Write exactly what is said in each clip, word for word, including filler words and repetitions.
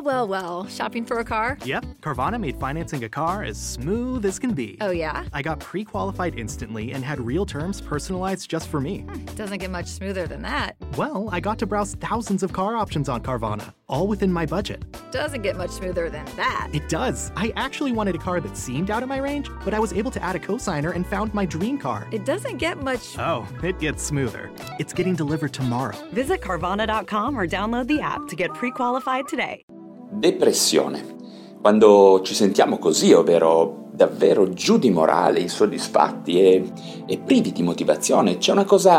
well, well. Shopping for a car? Yep, Carvana made financing a car as smooth as can be. Oh, yeah? I got pre-qualified instantly and had real terms personalized just for me. Hmm, doesn't get much smoother than that. Well, I got to browse thousands of car options on Carvana, all within my budget. Doesn't get much smoother than that. It does. I actually wanted a car that seemed out of my range, but I was able to add a cosigner and found my dream car. It doesn't get much... Oh, it gets smoother. It's getting delivered tomorrow. Visit Carvana dot com or download the app to get pre-qualified today. Depressione. Quando ci sentiamo così, ovvero davvero giù di morale, insoddisfatti e, e privi di motivazione, c'è una cosa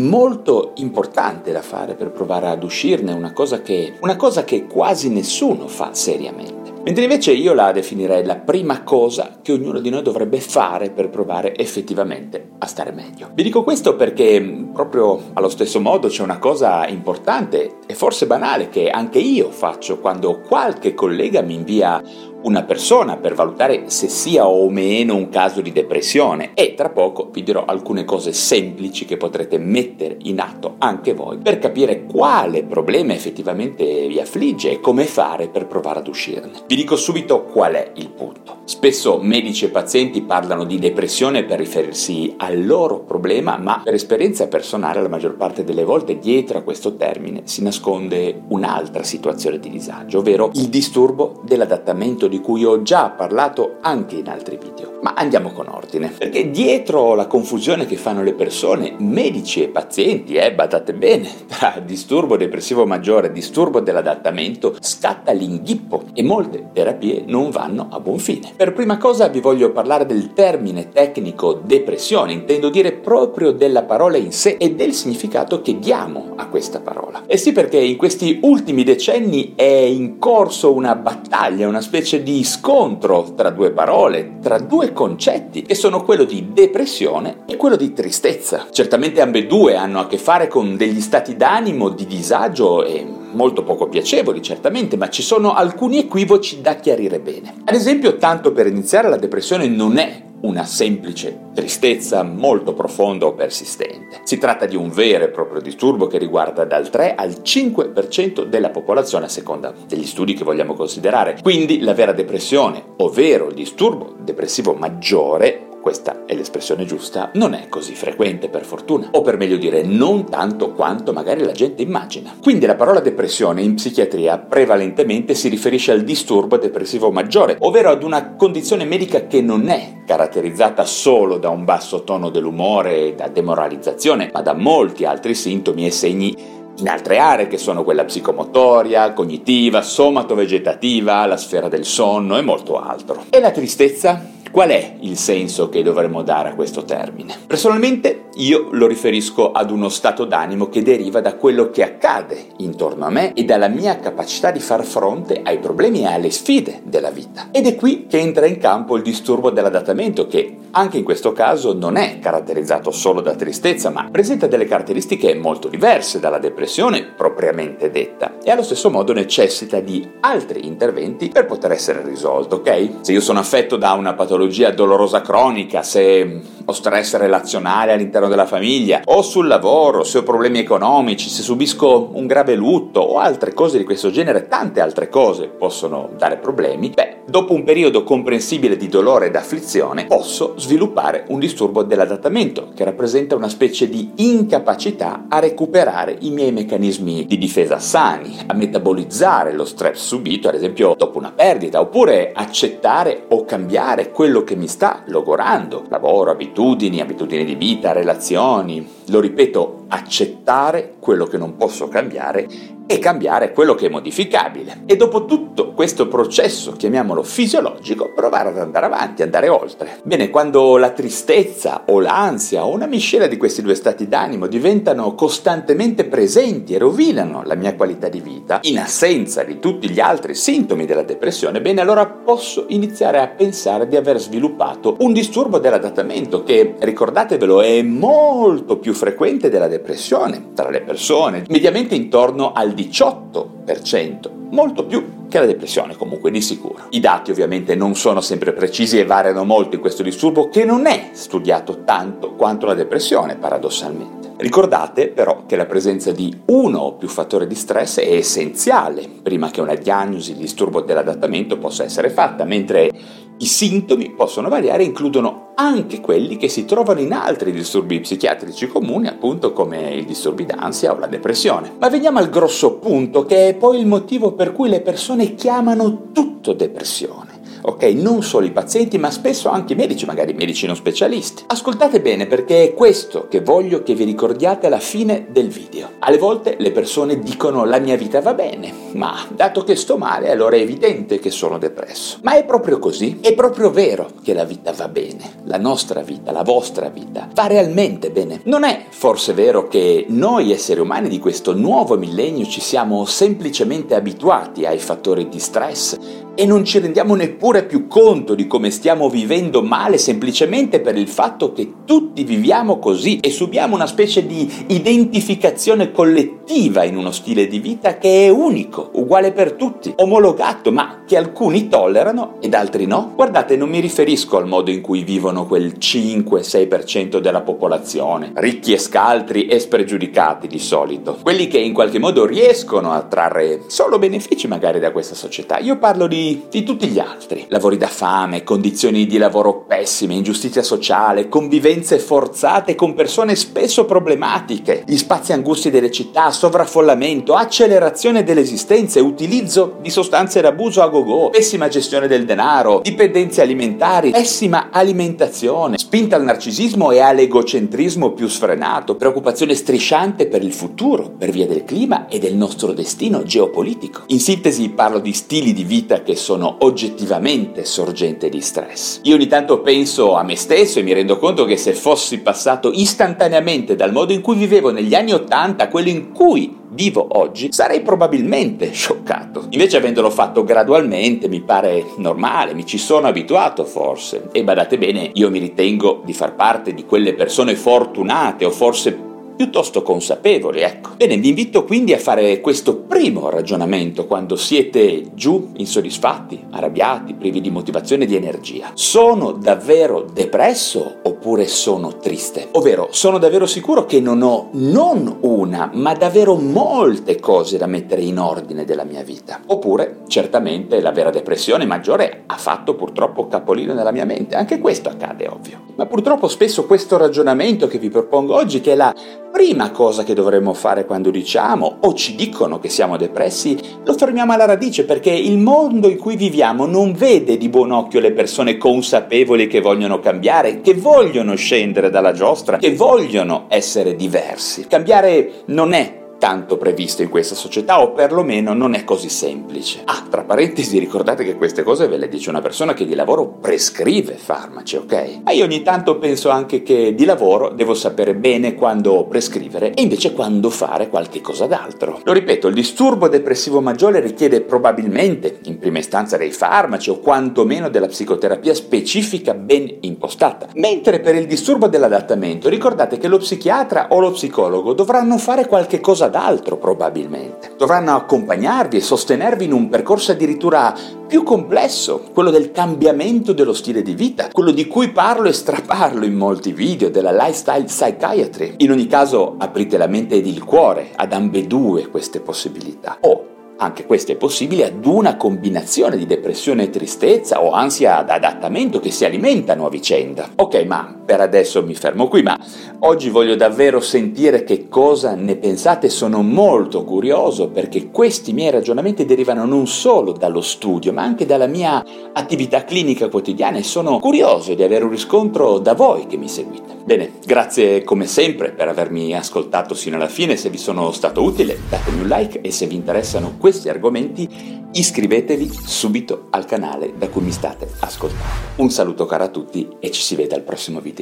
molto importante da fare per provare ad uscirne, una cosa che, una cosa che quasi nessuno fa seriamente. Mentre invece io la definirei la prima cosa che ognuno di noi dovrebbe fare per provare effettivamente a stare meglio. Vi dico questo perché proprio allo stesso modo c'è una cosa importante e forse banale che anche io faccio quando qualche collega mi invia una persona per valutare se sia o meno un caso di depressione, e tra poco vi dirò alcune cose semplici che potrete mettere in atto anche voi per capire quale problema effettivamente vi affligge e come fare per provare ad uscirne. Vi dico subito qual è il punto. Spesso medici e pazienti parlano di depressione per riferirsi al loro problema, ma per esperienza personale la maggior parte delle volte dietro a questo termine si nasconde un'altra situazione di disagio, ovvero il disturbo dell'adattamento di cui ho già parlato anche in altri video. Ma andiamo con ordine, perché dietro la confusione che fanno le persone, medici e pazienti, eh, badate bene, tra disturbo depressivo maggiore e disturbo dell'adattamento scatta l'inghippo e molte terapie non vanno a buon fine. Per prima cosa vi voglio parlare del termine tecnico depressione, intendo dire proprio della parola in sé e del significato che diamo a questa parola. E sì, perché in questi ultimi decenni è in corso una battaglia, una specie di scontro tra due parole, tra due concetti, che sono quello di depressione e quello di tristezza. Certamente ambedue hanno a che fare con degli stati d'animo di disagio e molto poco piacevoli, certamente, ma ci sono alcuni equivoci da chiarire bene. Ad esempio, tanto per iniziare, la depressione non è una semplice tristezza molto profonda o persistente. Si tratta di un vero e proprio disturbo che riguarda dal tre al cinque per cento della popolazione a seconda degli studi che vogliamo considerare. Quindi la vera depressione, ovvero il disturbo depressivo maggiore, questa è l'espressione giusta, non è così frequente per fortuna, o per meglio dire non tanto quanto magari la gente immagina. Quindi la parola depressione in psichiatria prevalentemente si riferisce al disturbo depressivo maggiore, ovvero ad una condizione medica che non è caratterizzata solo da un basso tono dell'umore e da demoralizzazione, ma da molti altri sintomi e segni in altre aree che sono quella psicomotoria, cognitiva, somatovegetativa, la sfera del sonno e molto altro. E la tristezza? Qual è il senso che dovremmo dare a questo termine? Personalmente io lo riferisco ad uno stato d'animo che deriva da quello che accade intorno a me e dalla mia capacità di far fronte ai problemi e alle sfide della vita. Ed è qui che entra in campo il disturbo dell'adattamento, che anche in questo caso non è caratterizzato solo da tristezza, ma presenta delle caratteristiche molto diverse dalla depressione propriamente detta e allo stesso modo necessita di altri interventi per poter essere risolto, ok? Se io sono affetto da una patologia dolorosa cronica, se ho stress relazionale all'interno della famiglia o sul lavoro, se ho problemi economici, se subisco un grave lutto o altre cose di questo genere, tante altre cose possono dare problemi, beh, dopo un periodo comprensibile di dolore ed afflizione posso sviluppare un disturbo dell'adattamento che rappresenta una specie di incapacità a recuperare i miei meccanismi di difesa sani, a metabolizzare lo stress subito, ad esempio dopo una perdita, oppure accettare o cambiare quello che mi sta logorando, lavoro, abitudini, abitudini di vita, relazioni, lo ripeto, accettare quello che non posso cambiare e cambiare quello che è modificabile. E dopo tutto questo processo, chiamiamolo fisiologico, provare ad andare avanti, andare oltre. Bene, quando la tristezza o l'ansia o una miscela di questi due stati d'animo diventano costantemente presenti e rovinano la mia qualità di vita, in assenza di tutti gli altri sintomi della depressione, bene, allora posso iniziare a pensare di aver sviluppato un disturbo dell'adattamento che, ricordatevelo, è molto più frequente della depressione tra le persone, mediamente intorno al diciotto per cento, molto più che la depressione comunque di sicuro. I dati ovviamente non sono sempre precisi e variano molto in questo disturbo che non è studiato tanto quanto la depressione paradossalmente. Ricordate però che la presenza di uno o più fattori di stress è essenziale prima che una diagnosi di disturbo dell'adattamento possa essere fatta, mentre i sintomi possono variare e includono anche quelli che si trovano in altri disturbi psichiatrici comuni, appunto come i disturbi d'ansia o la depressione. Ma veniamo al grosso punto, che è poi il motivo per cui le persone chiamano tutto depressione. Ok, non solo i pazienti, ma spesso anche i medici, magari medici non specialisti. Ascoltate bene, perché è questo che voglio che vi ricordiate alla fine del video. Alle volte le persone dicono la mia vita va bene, ma dato che sto male allora è evidente che sono depresso. Ma è proprio così? È proprio vero che la vita va bene? La nostra vita, la vostra vita, va realmente bene? Non è forse vero che noi esseri umani di questo nuovo millennio ci siamo semplicemente abituati ai fattori di stress e non ci rendiamo neppure più conto di come stiamo vivendo male semplicemente per il fatto che tutti viviamo così e subiamo una specie di identificazione collettiva in uno stile di vita che è unico, uguale per tutti, omologato, ma che alcuni tollerano ed altri no? Guardate, non mi riferisco al modo in cui vivono quel cinque sei per cento della popolazione, ricchi e scaltri e spregiudicati di solito, quelli che in qualche modo riescono a trarre solo benefici magari da questa società. Io parlo di di tutti gli altri. Lavori da fame, condizioni di lavoro pessime, ingiustizia sociale, convivenze forzate con persone spesso problematiche, gli spazi angusti delle città, sovraffollamento, accelerazione delle esistenze, utilizzo di sostanze d'abuso a go-go, pessima gestione del denaro, dipendenze alimentari, pessima alimentazione, spinta al narcisismo e all'egocentrismo più sfrenato, preoccupazione strisciante per il futuro per via del clima e del nostro destino geopolitico. In sintesi parlo di stili di vita che sono oggettivamente sorgente di stress. Io ogni tanto penso a me stesso e mi rendo conto che se fossi passato istantaneamente dal modo in cui vivevo negli anni ottanta a quello in cui vivo oggi, sarei probabilmente scioccato. Invece, avendolo fatto gradualmente, mi pare normale, mi ci sono abituato forse. E badate bene, io mi ritengo di far parte di quelle persone fortunate o forse piuttosto consapevoli, ecco. Bene, vi invito quindi a fare questo primo ragionamento quando siete giù, insoddisfatti, arrabbiati, privi di motivazione e di energia. Sono davvero depresso oppure sono triste? Ovvero, sono davvero sicuro che non ho non una, ma davvero molte cose da mettere in ordine della mia vita? Oppure, certamente, la vera depressione maggiore ha fatto purtroppo capolino nella mia mente. Anche questo accade, ovvio. Ma purtroppo spesso questo ragionamento che vi propongo oggi, che è la prima cosa che dovremmo fare quando diciamo o ci dicono che siamo depressi, lo fermiamo alla radice, perché il mondo in cui viviamo non vede di buon occhio le persone consapevoli che vogliono cambiare, che vogliono scendere dalla giostra, che vogliono essere diversi. Cambiare non è tanto previsto in questa società, o perlomeno non è così semplice. Ah, tra parentesi, ricordate che queste cose ve le dice una persona che di lavoro prescrive farmaci, ok? Ma io ogni tanto penso anche che di lavoro devo sapere bene quando prescrivere e invece quando fare qualche cosa d'altro. Lo ripeto, il disturbo depressivo maggiore richiede probabilmente in prima istanza dei farmaci o quantomeno della psicoterapia specifica ben impostata, mentre per il disturbo dell'adattamento ricordate che lo psichiatra o lo psicologo dovranno fare qualche cosa d'altro, probabilmente. Dovranno accompagnarvi e sostenervi in un percorso addirittura più complesso, quello del cambiamento dello stile di vita, quello di cui parlo e straparlo in molti video, della lifestyle psychiatry. In ogni caso, aprite la mente ed il cuore ad ambedue queste possibilità. O anche questo è possibile ad una combinazione di depressione e tristezza o ansia da adattamento che si alimentano a vicenda. Ok, ma per adesso mi fermo qui, ma oggi voglio davvero sentire che cosa ne pensate. Sono molto curioso perché questi miei ragionamenti derivano non solo dallo studio, ma anche dalla mia attività clinica quotidiana e sono curioso di avere un riscontro da voi che mi seguite. Bene, grazie come sempre per avermi ascoltato sino alla fine. Se vi sono stato utile, datemi un like e se vi interessano questi argomenti iscrivetevi subito al canale da cui mi state ascoltando. Un saluto caro a tutti e ci si vede al prossimo video.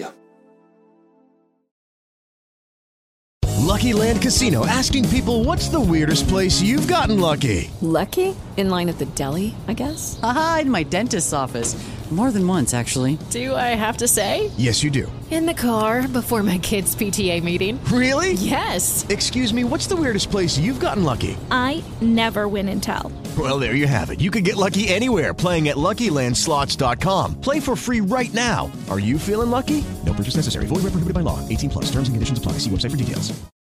Lucky Land Casino, asking people, what's the weirdest place you've gotten lucky? Lucky? In line at the deli, I guess? Aha, in my dentist's office. More than once, actually. Do I have to say? Yes, you do. In the car before my kids' P T A meeting. Really? Yes. Excuse me, what's the weirdest place you've gotten lucky? I never win and tell. Well, there you have it. You can get lucky anywhere, playing at Lucky Land Slots dot com. Play for free right now. Are you feeling lucky? No purchase necessary. Void where prohibited by law. eighteen plus. Terms and conditions apply. See website for details.